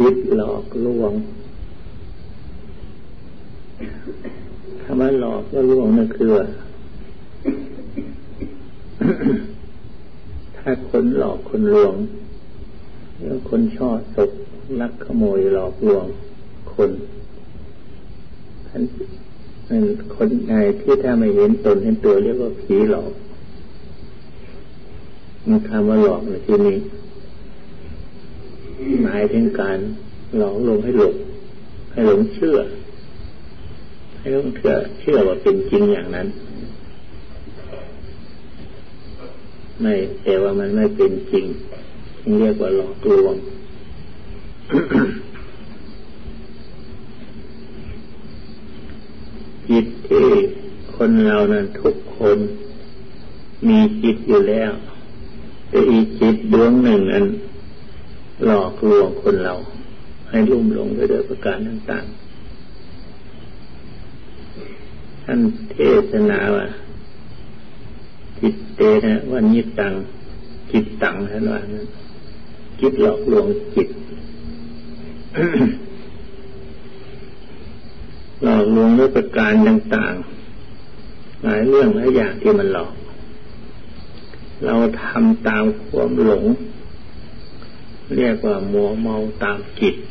คิดหลอกลวงคำว่าหลอกและลวงนั่นคือ ถ้าคนหลอกคนลวงแล้วคนช่อฉกลักขโมยหลอกลวงคนคนไหนที่ถ้าไม่เห็นตนเห็นตัวเรียกว่าผีหลอกมันคำว่าหลอกในที่นี้หมายถึงการหลอกลวงให้หลงเชื่อให้หลงเชื่อว่าเป็นจริงอย่างนั้นไม่แต่ว่ามันไม่เป็นจริงเรียกว่าหลอกลวง จิตที่คนเรานั้นทุกคนมีจิตอยู่แล้วแต่อีกจิตดวงหนึ่งนั้นหลอกลวงคนเราให้ลุ่มหลงไปโดยประการต่างๆท่านเทศนาว่าจิตเตนะวันยิตังจิตตังท่านว่านั้นจิตหลอกลวงจิต หลอกลวงด้วยประการต่างๆหลายเรื่องหลายอย่างที่มันหลอกเราทำตามความหลงเรียกว่ามัวเมาตามจิต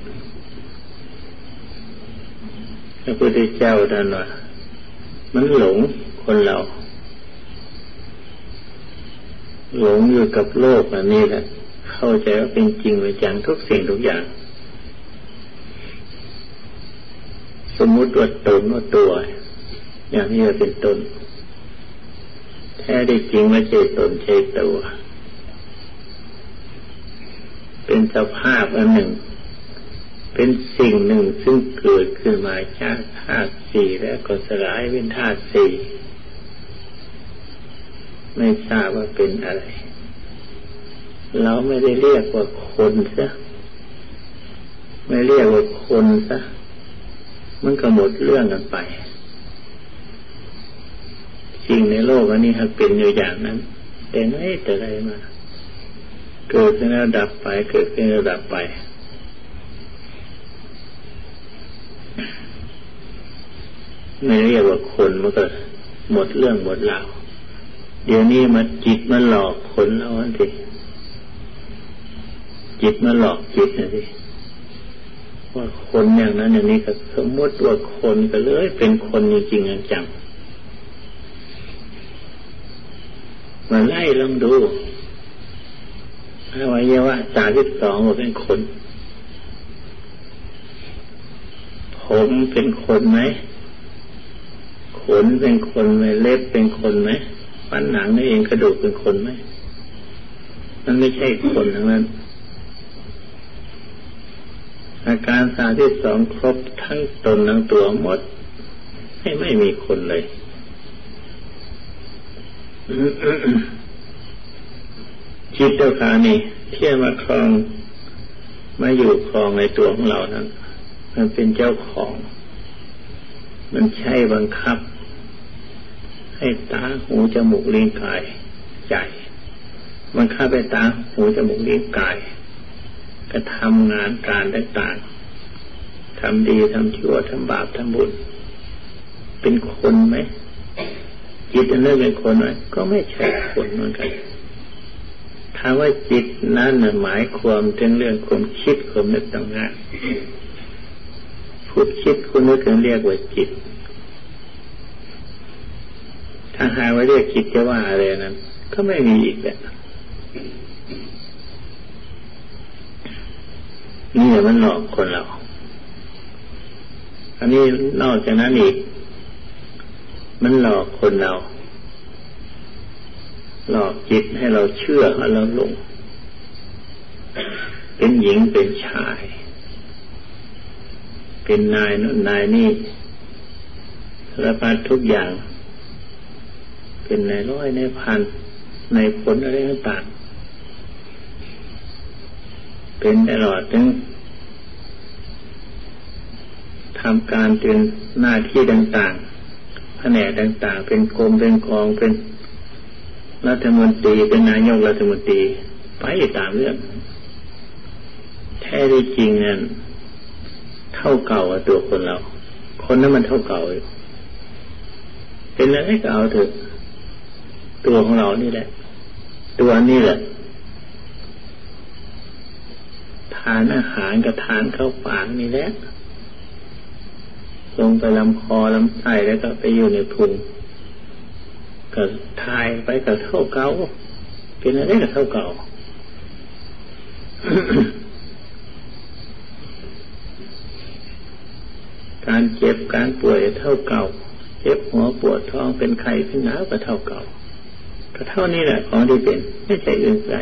พระพุทธเจ้าท่านว่ามันหลงคนเราหลงอยู่กับโลกอันนี้แหละเข้าใจว่าเป็นจริงเป็นจังทุกสิ่งทุกอย่างสมมุติว่าตนว่าตัวอย่างนี้เป็นตนแท้ได้จริงไม่ใช่ตนใช่ตัวเป็นสภาพอันหนึ่งเป็นสิ่งหนึ่งซึ่งเกิดขึ้นมาจากธาตุสี่แล้วก็สลายเป็นธาตุสี่ไม่ทราบว่าเป็นอะไรเราไม่ได้เรียกว่าคนซะไม่เรียกว่าคนซะมันก็หมดเรื่องกันไปสิ่งในโลกอันนี้ถ้าเป็นอยู่อย่างนั้นแต่ไหนแต่ไรมาเกิดขึ้นแล้วดับไปเกิดขึ้นแล้วดับไปไม่เรียกว่าคนมันก็หมดเรื่องหมดราวเดี๋ยวนี้มันจิตมันหลอกคนเราอันสิจิตมันหลอกจิตนะสิว่าคนอย่างนั้นอย่างนี้ก็สมมติว่าคนก็เลยเป็นคนจริงๆจังมาไล่ลองดูอวัยวะ32ว่าเป็นคนผมเป็นคนไหมขนเป็นคนไหมเล็บเป็นคนไหมฟันหนังนี่เองกระดูกเป็นคนไหมมันไม่ใช่คนทั้งนั้นอาการ32ครบทั้งตนทั้งตัวหมดไม่มีคนเลย จิตเจ้าขานี่เที่ยมาครองมาอยู่ครองในตัวของเรานั้นมันเป็นเจ้าของมันใช้บังคับให้ตาหูจมูกลิ้นกายใจมันเข้าไปตาหูจมูกลิ้นกายก็ทำงานการต่างๆทำดีทำชั่วทำบาปทำบุญเป็นคนไหมจิตอันนั้นเป็นคนไหมก็ไม่ใช่คนเหมือนกันถ้าว่าจิตนั้นหมายความถึงเรื่องความคิดความนึกต่างๆพูดคิดคุณนึกกันเรียกว่าจิตถ้าหาว่าเรียกจิตจะว่าอะไรนั้นก็ไม่มีอีกแล้วนี่มันหลอกคนเราอันนี้นอกจากนั้นอีกมันหลอกคนเราหลอกจิตให้เราเชื่อให้เราหลงเป็นหญิงเป็นชายเป็นนายนั่นนายนี่สารพัดทุกอย่างเป็นนายร้อยนายพันนายพลอะไรต่างๆเป็นตลอดถึงทำการเป็นหน้าที่ต่างๆแผนกต่างๆเป็นกรมเป็นกองเป็นรัฐมนตรีเป็นนายกรัฐมนตรีไปตามเรื่องแท้ท้ได้จริงนั้นเท่าเก่ากับตัวคนเราคนนั้นมันเท่าเก่าอยู่เป็นอะไรก็เอาเถอะตัวของเรานี่แหละตัวนี้แหละทานอาหารกับทานเข้าปากนี่แหละลงไปลำคอลำไส้แล้วก็ไปอยู่ในพุงก็ทายไปกับเท่าเก่าเป็นอะไรกับเท่าเก่า การเจ็บการป่วยเท่าเก่าเจ็บหัวปวดท้องเป็นไข้เป็นหนาวก็เท่าเก่าก็เท่านี้แหละของที่เป็นไม่ใช่อื่นไกล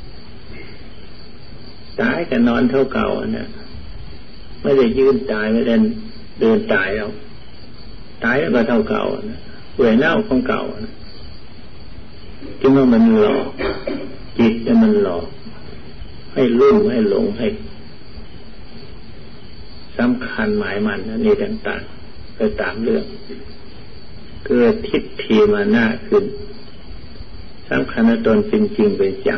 ตายกับนอนเท่าเก่านะไม่ได้ยืนตายไม่ได้เดินตายแล้วตายแล้วก็เท่าเก่านะเปื่อยเน่าของเก่านะจึงว่ามันหลอกจิตเนี่ยมันหลอกให้ลุ่มให้หลงให้สำคัญหมายมันนะนี่ต่างๆไปตามเรื่องเกิดทิฏฐิมานะขึ้นสำคัญตนเป็นจริงเป็นจัง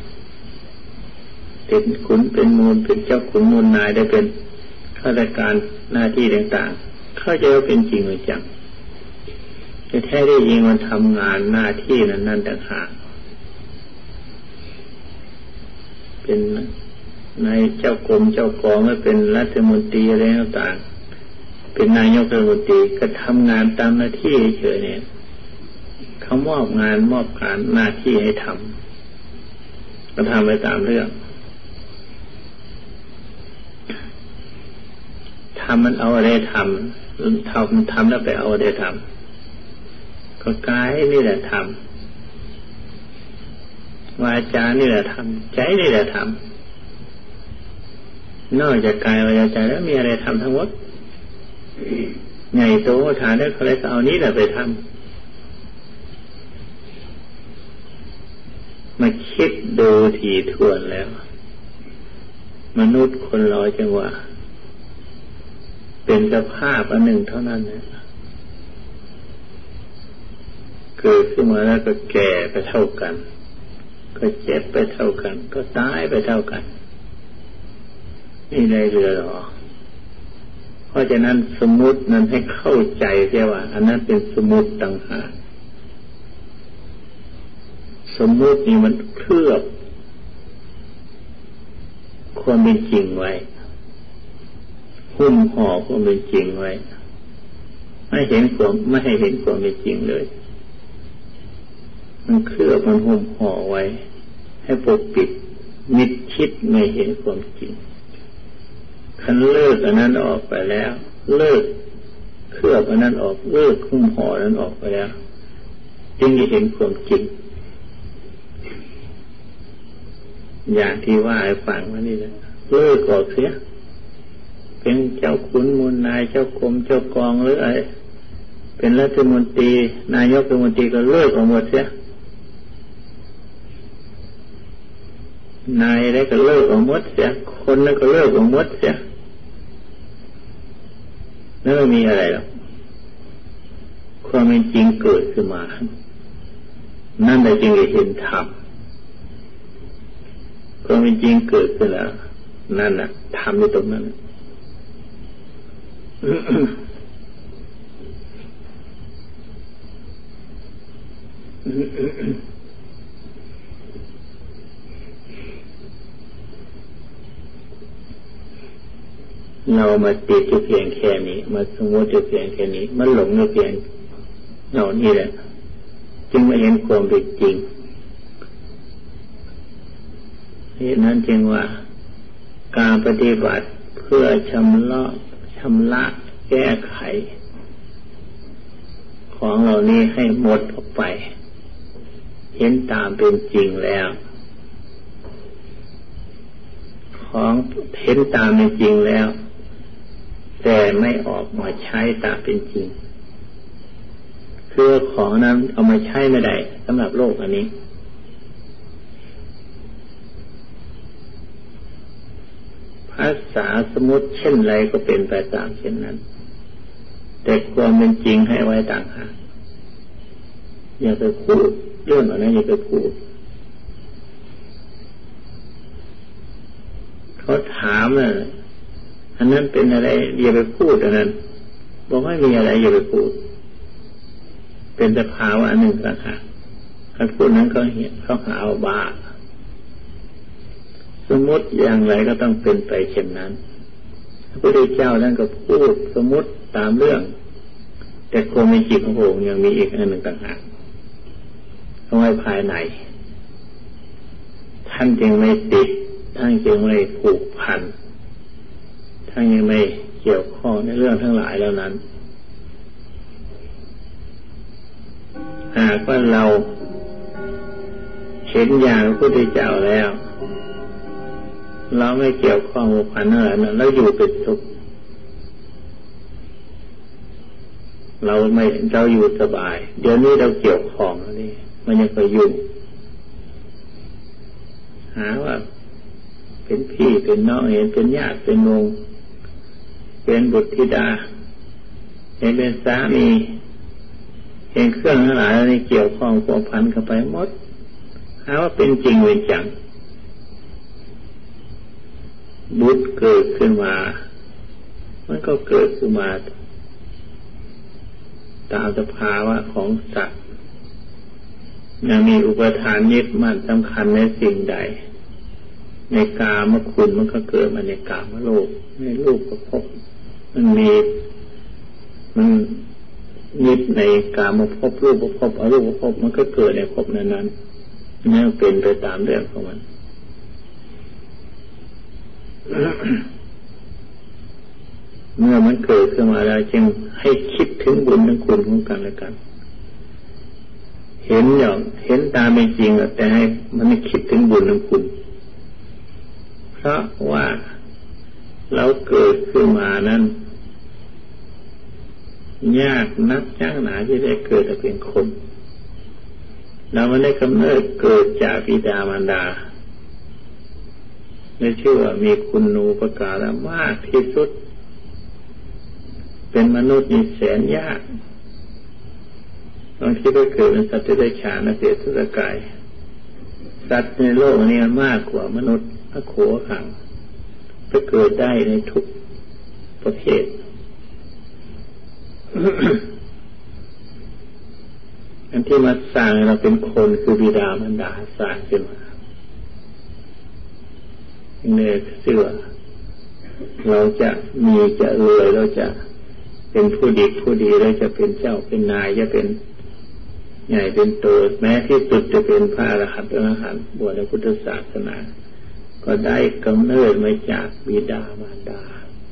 เป็นขุนเป็นมูลเป็นเจ้าขุนมูลนายได้เป็นข้าราชการหน้าที่ต่างๆเข้าใจว่าเป็นจริงเป็นจังแต่แท้ได้ยิงมันทำงานหน้าที่นั้นต่างหากเป็นนายเจ้ากรมเจ้ากองไม่เป็นรัฐมนตรีอะไรต่างๆเป็นนายกรัฐมนตรีก็ทำงานตามหน้าที่เฉยเนี่ยเขามอบงานมอบการหน้าที่ให้ทำก็ทำไปตามเรื่องทำมันเอาอะไรทำทำแล้วไปเอาอะไรทำก็กายนี่แหละทำวาจานี่แหละทำใจนี่แหละทำนอกจากกายวาจาใจแล้วมีอะไรทำทั้งหมดใหญ่โตฐานแล้วเขาเลยเอานี้แหละไปทำมาคิดดูถี่ถ้วนแล้วมนุษย์คนเราจังว่าเป็นสภาพอันหนึ่งเท่านั้นนะเกิดขึ้นมาแล้วก็แก่ไปเท่ากันก็เจ็บไปเท่ากันก็ตายไปเท่ากันนี่ได้เรือหรอเพราะฉะนั้นสมมุตินั้นให้เข้าใจแค่ว่าอันนั้นเป็นสมมุติต่างหากสมมุตินี่มันเคลือบความเป็นจริงไว้หุ้มห่อความเป็นจริงไว้ไม่ให้เห็นความเป็นจริงเลยมันเคลือบมันหุ้มห่อไว้ให้ปกปิดมิดชิดไม่เห็นความจริงคันเลิกอันนั้นออกไปแล้วเลิกเคลือบอันนั้นออกเลิกหุ้มห่อนั้นออกไปแล้วจึงจะเห็นความจริงอย่างที่ว่าให้ฟังว่านี่แหละเลิกออกเสียเป็นเจ้าขุนมูลนายเจ้ากรมเจ้ากองหรืออะไรเป็นรัฐมนตรีนายกรัฐมนตรีก็เลิกออกหมดเสียนายอะไรก็เลิกออกหมดเสียคนนั้นก็เลิกออกหมดเสียแล้วไม่มีอะไรหรอกความเป็นจริงเกิดขึ้นมานั่นแหละจึงจะเห็นธรรมความเป็นจริงเกิดขึ้นแล้วนั่นน่ะธรรมอยู่ตรงนั้นเรามาติดอยู่เพียงแค่นี้มาสมมติอยู่เพียงแค่นี้มันหลงอยู่เพียงเรานี่แหละจึงไม่เห็นความเป็นจริงเหตุนั้นจึงว่าการปฏิบัติเพื่อชำระแก้ไขของเหล่านี้ให้หมดออกไปเห็นตามเป็นจริงแล้วของเห็นตามเป็นจริงแล้วแต่ไม่ออกมาใช้ตามเป็นจริงคือของนั้นเอามาใช้ไม่ได้สำหรับโลกอันนี้ภาษาสมมุติเช่นไรก็เป็นไปตามเช่นนั้นแต่ความเป็นจริงให้ไว้ต่างหากอย่าไปพูดเรื่องอะไรอย่าไปพูดเขาเขาถามน่ะอันนั้นเป็นอะไรอย่าไปพูดอันนั้นบอกไม่มีอะไรอย่าไปพูดเป็นสภาวะหนึ่งต่างหากถ้าพูดนั้นเขาหาเอาบ้าสมมติอย่างไรก็ต้องเป็นไปเช่นนั้นพระพุทธเจ้าท่านก็พูดสมมติตามเรื่องแต่ความในจิตของพระองค์ยังมีอีกอันหนึ่งต่างหากเอาไว้ภายในท่านจึงไม่ติดท่านจึงไม่ผูกพันท่านยังไม่เกี่ยวข้องในเรื่องทั้งหลายแล้วนั้นหากว่าเราเห็นอย่างพระพุทธเจ้าแล้วเราไม่เกี่ยวข้องผูกพันอะไรนั้นเราอยู่เป็นสุขเราอยู่สบายเดี๋ยวนี้เราเกี่ยวข้องแล้วนี่มันยังไปยุ่งหาว่าเป็นพี่เป็นน้องเห็นเป็นญาติเป็นวงเป็นบุตรธิดาเห็นเป็นสามีเห็นเครื่องทั้งหลายนี่เกี่ยวข้องผูกพันกันไปหมดหาว่าเป็นจริงเป็นจังบุตรเกิดขึ้นมามันก็เกิดขึ้นมาตามสภาวะของสัตว์ยังมีอุปทานยึดมั่นสำคัญในสิ่งใดในกามคุณมันก็เกิดมาในกามโลกในรูปภพมันยึดในกามภพรูปภพอรูปภพมันก็เกิดในภพนั้นนั่นเป็นไปตามเรื่องของมันเมื่อมันเกิดขึ้นมาแล้วจึงให้คิดถึงบุญทั้งคุณของกันและกันเห็นตามเป็นจริงแต่ให้มันไม่คิดถึงบุญทั้งคุณเพราะว่าเราเกิดขึ้นมานั้นยากนักจักหนาที่ได้เกิดเป็นคนเราไม่ได้กำเนิดเกิดจากบิดามารดาได้ชื่อว่ามีคุณูปการะมากที่สุดเป็นมนุษย์นี่แสนยากบางทีก็เกิดเป็นสัตว์ที่ได้ฉานเศษทุรกายสัตว์ในโลกนี้มากกว่ามนุษย์พระโขขังจะเกิดได้ในทุกประเภท อันที่มาสร้างเราเป็นคนคือบิดามารดาสร้างขึ้นมาเนี่ยเสื่อเราจะมีจะรวยเราจะเป็นผู้ดีเราจะเป็นเจ้าเป็นนายจะเป็นใหญ่เป็นโตแม้ที่สุดจะเป็นพระอรหันต์บวชในพุทธศาสนาก็ได้กำเนิดมาจากบิดามารดา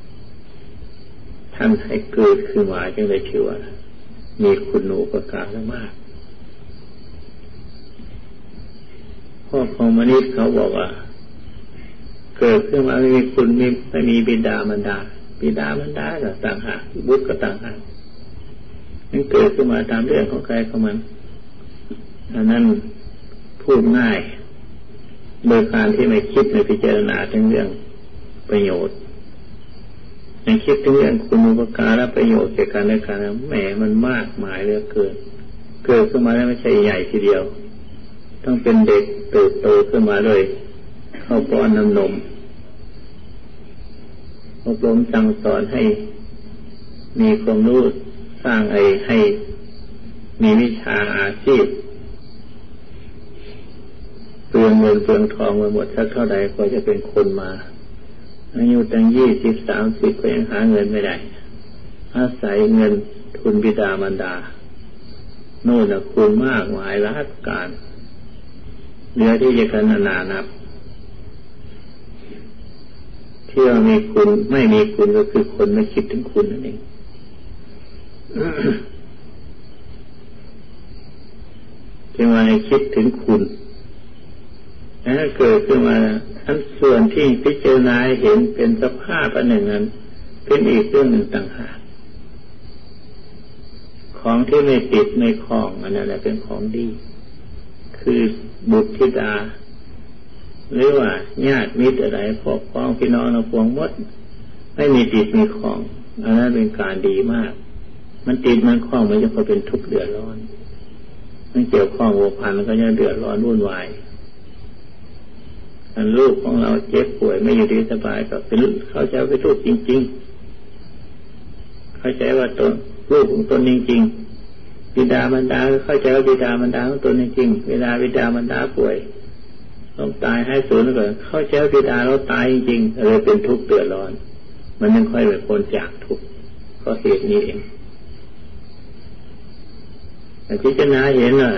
ท่านให้เกิดขึ้นมาจึงได้ชื่อว่ามีคุณูปการะมากพ่อของมนุษย์เขาบอกว่าเกิดขึ้นมาไม่มีคุณไม่มีบิดามารดาบิดามารดาก็ต่างหากบุตรก็ต่างหากมันเกิดขึ้นมาตามเรื่องของใครของมันอันนั้นพูดง่ายโดยการที่ไม่คิดไม่พิจารณาถึงเรื่องประโยชน์ยังคิดถึงเรื่องคุณูปการะประโยชน์แก่กันและกันแหมมันมากมายเหลือเกินเกิดขึ้นมาแล้วไม่ใช่ใหญ่ทีเดียวต้องเป็นเด็กเติบโตขึ้นมาเลยเข้าป้อนน้ำนมอบรมสั่งสอนให้มีความรู้สร้างให้มีวิชาอาชีพเปลืองเงินเปลืองทองไปหมดสักเท่าใดก็จะเป็นคนมาอายุตั้ง20-30ก็ยังหาเงินไม่ได้อาศัยเงินทุนบิดามารดาโน่นนะคุณมากมายล้านการเหลือที่จะกันนานับที่ว่ามีคุณไม่มีคุณก็คือคนไม่คิดถึงคุณนั่นเองจึงว่าให้คิดถึงคุณถ้าเกิดขึ้นมาอันส่วนที่พิจารณาเห็นเป็นสภาพอันหนึ่งนั้นเป็นอีกเรื่องหนึ่งต่างหากของที่ไม่ติดไม่คล้องอันนั้นแหละเป็นของดีคือบุตรธิดาหรือว่าญาติมิตรอะไรพวกพ้องพี่น้องเราพวงมดไม่มีติดมีคล้องอันนั้นเป็นการดีมากมันติดมันคล้องมันจะพอเป็นทุกข์เดือดร้อนมันเกี่ยวข้องวัวพันมันก็จะเดือดร้อนวุ่นวายอันลูกของเราเจ็บป่วยไม่อยู่ดีสบายก็เป็นเข้าใจว่าเป็นลูกจริงๆเข้าใจว่าตนลูกของตนจริงๆบิดามารดาเข้าใจว่าบิดามารดาของตนจริงๆเวลาบิดามารดาป่วยต้องตายให้สูญแล้วก็เข้าใจว่าบิดาเราตายจริงๆเลยเป็นทุกข์เดือดร้อนมันยังค่อยเป็นคนจากทุกข์เพราะเหตุนี้เองแต่พิจารณาเห็นว่า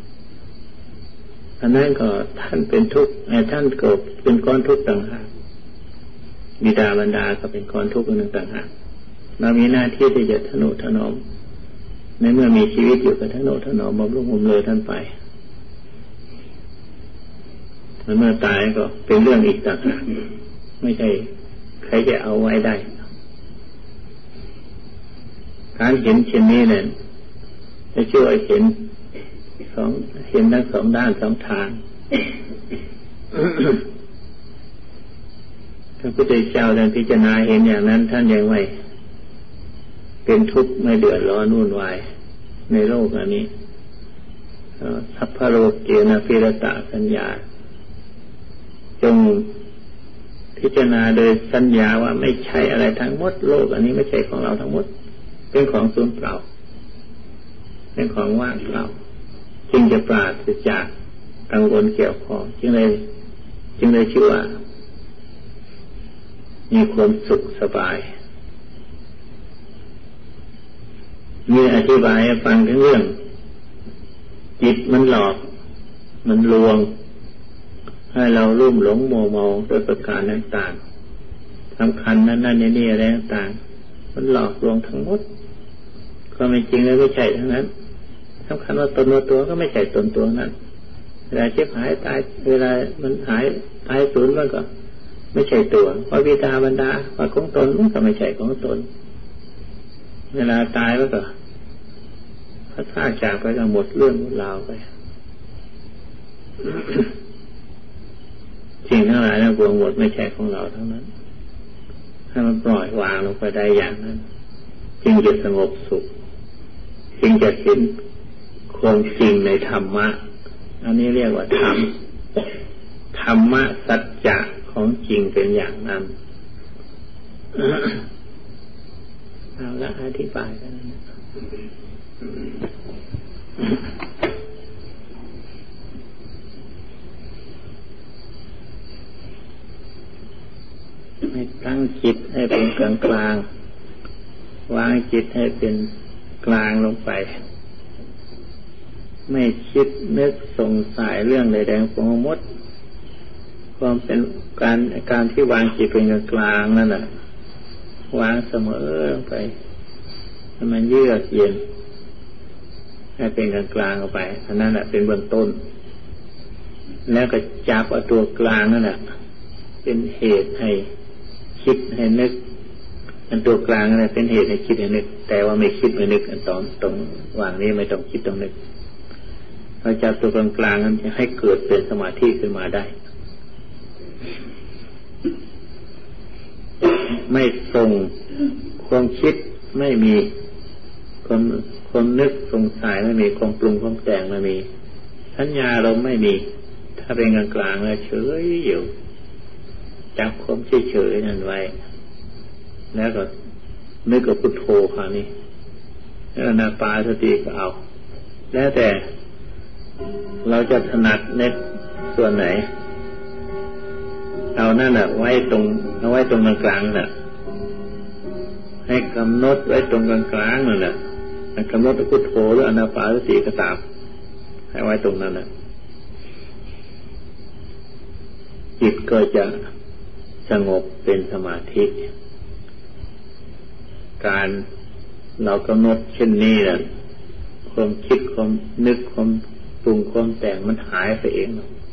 อันนั้นก็ท่านเป็นทุกข์ท่านก็เป็นก้อนทุกข์ต่างหากบิดามารดาก็เป็นก้อนทุกข์หนึ่งต่างหากเรามีหน้าที่ที่จะทนุถนอมในเมื่อมีชีวิตอยู่ก็ทนุถนอมบำรุงบำเรอท่านไปเมื่อตายก็เป็นเรื่องอีกต่างหากไม่ใช่ใครจะเอาไว้ได้การเห็นเช่นนี้เนี่ยจะช่วยเห็นทั้งสองด้านสองทางพระพุทธเจ้าท่านพิจารณาเห็นอย่างนั้นท่านยังไม่เป็นทุกข์ไม่เดือดร้อนวุ่นวายในโลกอันนี้สัพพโลกเกนะภิรตะสัญญาจงพิจารณาโดยสัญญาว่าไม่ใช่อะไรทั้งหมดโลกอันนี้ไม่ใช่ของเราทั้งหมดเป็นของสูญเปล่าเป็นของว่างเปล่าจึงจะปราศจากกังวลเกี่ยวข้องจึงเลยชื่อว่ามีความสุขสบายมีอธิบายให้ฟังถึงเรื่องจิตมันหลอกมันลวงให้เราลุ่มหลงมัวเมาด้วยประการต่างๆสำคัญนั่นนี่อะไรต่างๆมันหลอกลวงทั้งหมดก็ไม่จริงเลยไม่ใช่ทั้งนั้นสำคัญว่าตนตัวก็ไม่ใช่ตนตัวนั้นเวลาเจ็บหายตายเวลามันหายตายสูญมันก็ไม่ใช่ตัวเพราะบิดามารดาว่าของตนมันก็ไม่ใช่ของตนเวลาตายมันก็พัดพรากจากไปก็หมดเรื่องหมดราวไปสิ่งทั้งหลายทั้งปวงหมดไม่ใช่ของเราทั้งนั้นให้มันปล่อยวางลงไปได้อย่างนั้นจึงจะสงบสุขจึงจะเห็นความจริงในธรรมะอันนี้เรียกว่าธรรมะสัจจะของจริงเป็นอย่างนั้นเอาละอธิบายกันให้ตั้งจิตให้เป็นกลางกลางวางจิตให้เป็นกลางลงไปไม่คิดนึกสงสัยเรื่องใดๆของหมดความเป็นการที่วางจิตเป็นกลางนั่นแหละวางเสมอลงไปให้มันเยือกเย็นให้เป็นกลางออกไปอันนั้นแหละเป็นเบื้องต้นแล้วก็จับเอาตัวกลางนั่นแหละเป็นเหตุให้คิดให้นึกอันตัวกลางนั่นแหละเป็นเหตุให้คิดให้นึกแต่ว่าไม่คิดไม่นึกอันตรงวางนี้ไม่ต้องคิดต้องนึกเราจับตัวกลางนั้นจะให้เกิดเป็นสมาธิขึ้นมาได้ไม่ทรงความคิดไม่มีความนึกสงสัยไม่มีความปรุงความแต่งไม่มีสัญญาเราไม่มีถ้าเป็นกลางแล้วเฉยอยู่จับความเฉยๆนั่นไว้แล้วก็นึกกับพุทโธคราวนี้แล้วนาปาสติก็เอาแล้วแต่เราจะถนัดนึกส่วนไหนเอานั่นแหละไว้ตรงกลางน่ะให้กำหนดไว้ตรงกลางนั่นแหละกำหนดพุทโธหรืออนาปานสติก็ตามให้ไว้ตรงนั้นน่ะจิตก็จะสงบเป็นสมาธิการเรากำหนดเช่นนี้น่ะความคิดความนึกความปรุงความแต่งมันหายไปเอง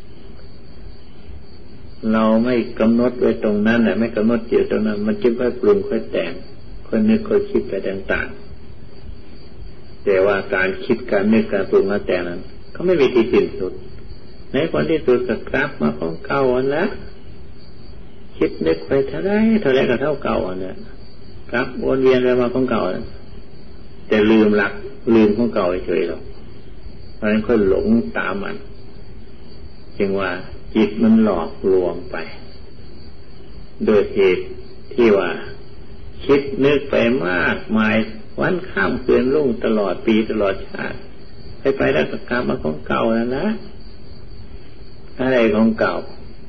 เราไม่กำหนดไว้ตรงนั้นไม่กำหนดจิตตรงนั้นมันจึงค่อยปรุงค่อยแต่งค่อยนึกค่อยคิดไปต่างๆแต่ว่าการคิดการนึกการปรุงการแต่งนั้นเขาไม่มีที่สิ้นสุดในคนที่สุดก็กลับมาของเก่าอันละคิดนึกไปเท่าไรก็เท่าเก่าอันนี้กลับวนเวียนไปมาของเก่าแต่ลืมของเก่าเฉยๆหรอกเพราะฉะนั้นค่อยหลงตามมันจึงว่าจิตมันหลอกลวงไปโดยเหตุที่ว่าคิดนึกไปมากมายวันข้ามคืนรุ่งตลอดปีตลอดชาติไปแล้วก็กลับมาของเก่าแล้วนะอะไรของเก่า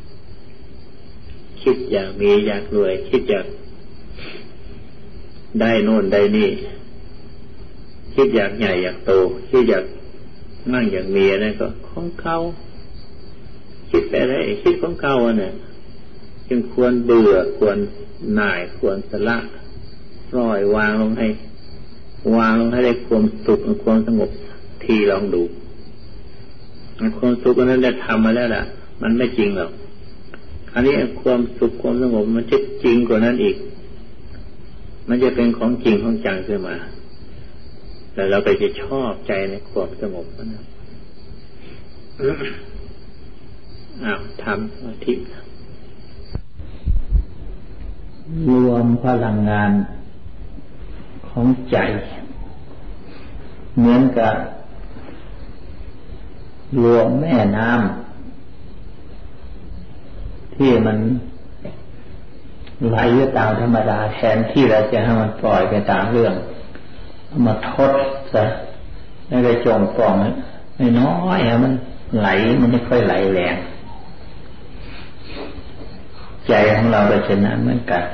คิดอยากมีอยากรวยคิดอยากได้โน่นได้นี่คิดอยากใหญ่อยากโตคิดอยากมั่งอยากมีอะไรก็ของเก่าคิดไปอะไรคิดของเก่าเนี่ยจึงควรเบื่อควรหน่ายควรสละปล่อยวางลงให้ได้ความสุขความสงบทีลองดูความสุขนั้นได้ทำมาแล้วล่ะมันไม่จริงหรอกอันนี้ความสุขความสงบมันจะจริงกว่านั้นอีกมันจะเป็นของจริงของจังขึ้นมาแล้วเราไปจะชอบใจในความสงบนั้นทำสมาธิรวมพลังงานของใจเหมือนกับรวมแม่น้ำที่มันไหลอยู่ตามธรรมดาแทนที่เราจะให้มันปล่อยไปตามเรื่องเอามาทดซะไม่ได้จมปล่องน้อยๆมันไหลมันไม่ค่อยไหลแรงใจของเราก็เช่นนั้นเหมือนกัน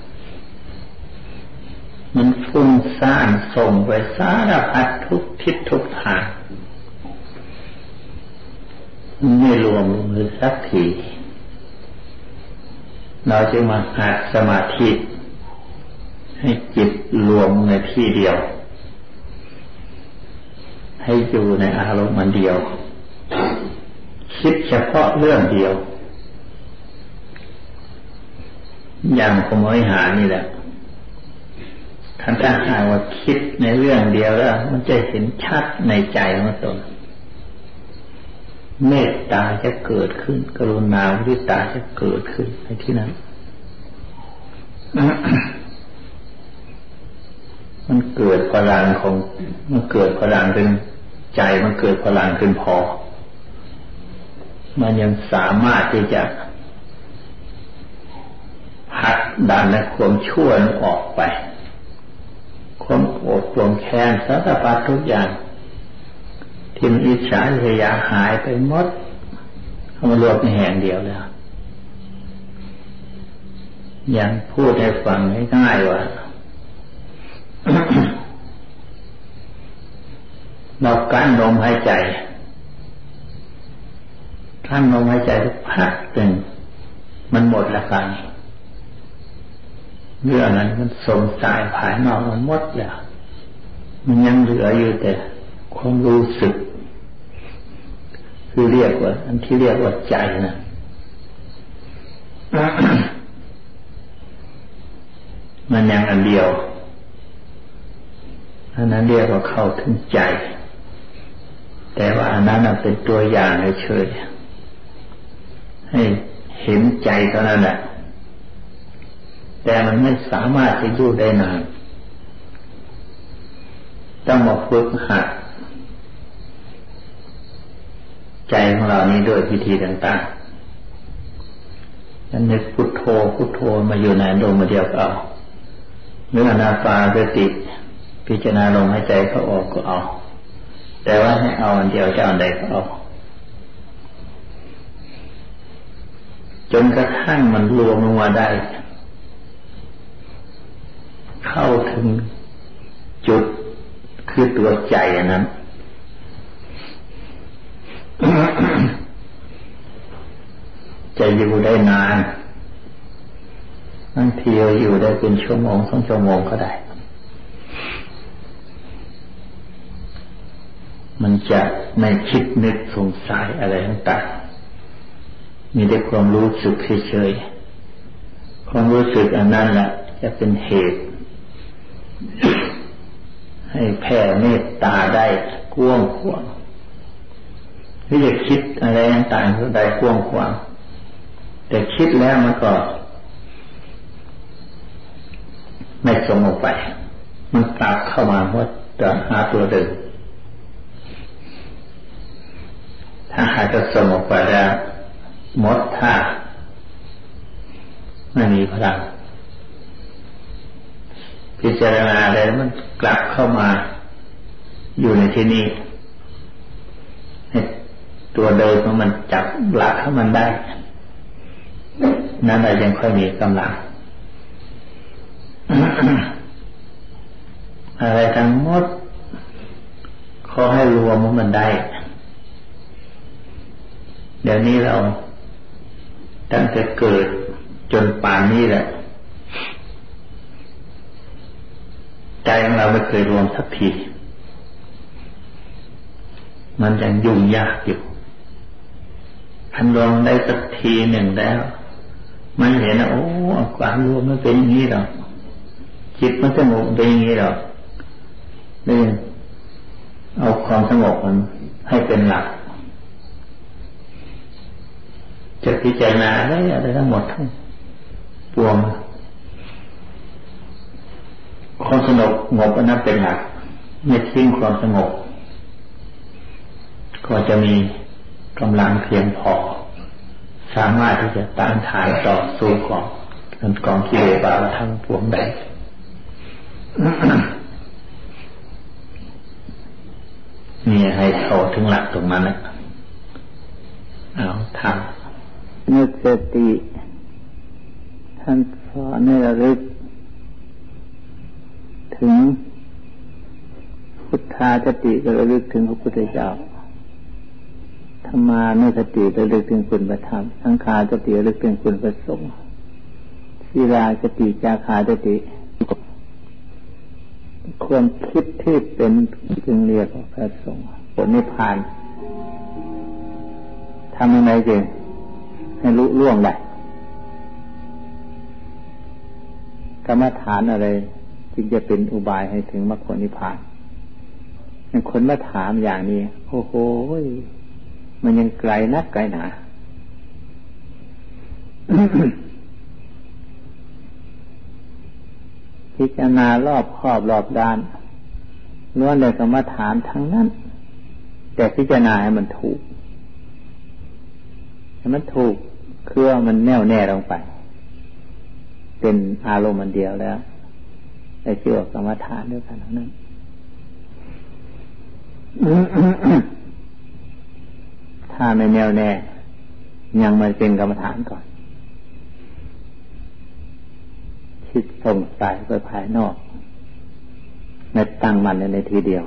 มันฟุ้งซ่านส่งไปสารพัดทุกทิศทุกทางไม่รวมมือสักทีเราจึงมาหัดสมาธิให้จิตรวมในที่เดียวให้อยู่ในอารมณ์มันเดียวคิดเฉพาะเรื่องเดียวอย่างขโมยหานี่แหละถ้าหากว่าคิดในเรื่องเดียวแล้วมันจะเห็นชัดในใจของตนเมตตาจะเกิดขึ้นกรุณามุทิตาจะเกิดขึ้นในที่นั้น มันเกิดพลังของมันเกิดพลังเป็นใจมันเกิดพลังขึ้นพอมันยังสามารถที่จะผลักดันและความชั่วออกไปความโกรธความแค้นสารพัดทุกอย่างที่มันอิจฉาริษยาหายไปหมดเอามารวมในแห่งเดียวแล้วอย่างพูดให้ฟังง่ายๆว่า เรากั้นลมหายใจกั้นลมหายใจทุกพักหนึ่งมันหมดละกันเรื่องนั้นมันสมสายภายนอกมันหมดแล้วมันยังเหลืออยู่แต่ความรู้สึกคือเรียกว่าอันที่เรียกว่าใจนะมันยังอันเดียวอันนั้นเรียกว่าเข้าถึงใจแต่ว่าอันนั้นเป็นตัวอย่างเฉยๆให้เห็นใจเท่านั้นแหละแต่มันไม่สามารถจะอยู่ได้นานต้องมาฝึกหัดใจของเรานี้ด้วยวิธีต่างๆนั้นนึกพุทโธพุทโธมาอยู่ในลมเดียวก็เอาหรืออานาปานสติพิจารณาลมหายใจเข้าออกก็เอาแต่ว่าให้เอาอันเดียวจะเอาอันใดก็เอาจนกระทั่งมันรวมลงมาได้เข้าถึงจุดคือตัวใจอันนั้น จะอยู่ได้นานบางทีอยู่ได้เป็นชั่วโมง2 ชั่วโมงก็ได้มันจะไม่คิดนึกสงสัยอะไรต่างๆมีแต่ความรู้สึกเฉยๆความรู้สึกอันนั้นแหละจะเป็นเหตุให้แผ่เมตตาได้กว้างขวางที่จะคิดอะไรต่างๆก็ได้กว้างขวางแต่คิดแล้วมันก็ไม่ส่งออกไปมันกลับเข้ามาว่าจะหาตัวเดิมถ้าหากจะส่งออกไปแล้วหมดท่าไม่มีพลังพิจารณาอะไรมันกลับเข้ามาอยู่ในที่นี้ตัวเดิมของมันจับหลักของมันได้นั่นแหละยังค่อยมีกำลัง อะไรทั้งหมดขอให้รวมมันได้เดี๋ยวนี้เราตั้งแต่เกิดจนป่านนี้แหละใจของเราไม่เคยรวมสักทีมันยังยุ่งยากอยู่อันรวมได้สักทีหนึ่งแล้วมันเห็นนะโอ้ความรวมมันเป็นอย่างนี้หรอกจิตมันสงบเป็นอย่างนี้หรอกนี่เอาความสงบมันให้เป็นหลักจะพิจารณาได้ทั้งหมดทั้งปวงความสงบอันนั้นเป็นหลักไม่ทิ้งความสงบก็จะมีกำลังเพียงพอสามารถที่จะต้านทานต่อสู้กองกิเลสบาปทั้งปวงได้ นี่ให้เข้าถึงหลักตรงนั้นนะเอาทำนึกสติท่านสอนให้ระลึกถึงพุทธาสติก็ระลึกถึงพระพุทธเจ้าธรรมานุสติระลึกถึงคุณพระธรรมสังขารสติระลึกถึงคุณพระสงฆ์ศีลาสติจาคาสติความคิดที่เป็นจึงเรียกว่าพระสงฆ์ผลนิพพานทำยังไงจึงให้รู้ล่วงได้กรรมฐานอะไรจึงจะเป็นอุบายให้ถึงมรรคผลนิพพานคนมาถามอย่างนี้โอ้โหมันยังไกลนักไกลหนา พิจารณารอบครอบรอบด้านล้วนเลยกรรมฐานทั้งนั้นแต่พิจารณาให้มันถูกคือมันแน่วแน่ลงไปเป็นอารมณ์มันเดียวแล้วได้ชื่อว่ากรรมฐานด้วยกันทั้งนั้น ถ้าไม่แน่วแน่ยังมันเป็นกรรมฐานก่อนคิดส่งสายไปภายนอกไม่ตั้งมั่นในทีเดียว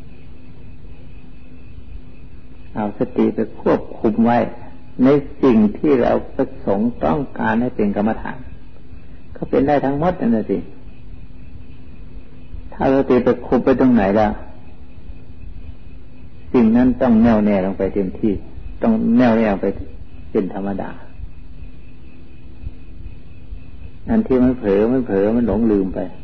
เอาสติไปควบคุมไว้ในสิ่งที่เราประสงค์ต้องการให้เป็นกรรมฐานก็เป็นได้ทั้งหมดนั่นแหละสิถ้าสติไปคุมไปตรงไหนล่ะสิ่งนั้นต้องแน่วแน่ลงไปเต็มที่ต้องแน่วแน่ลงไปเป็นธรรมดาอันที่มันเผลอมันหลงลืมไป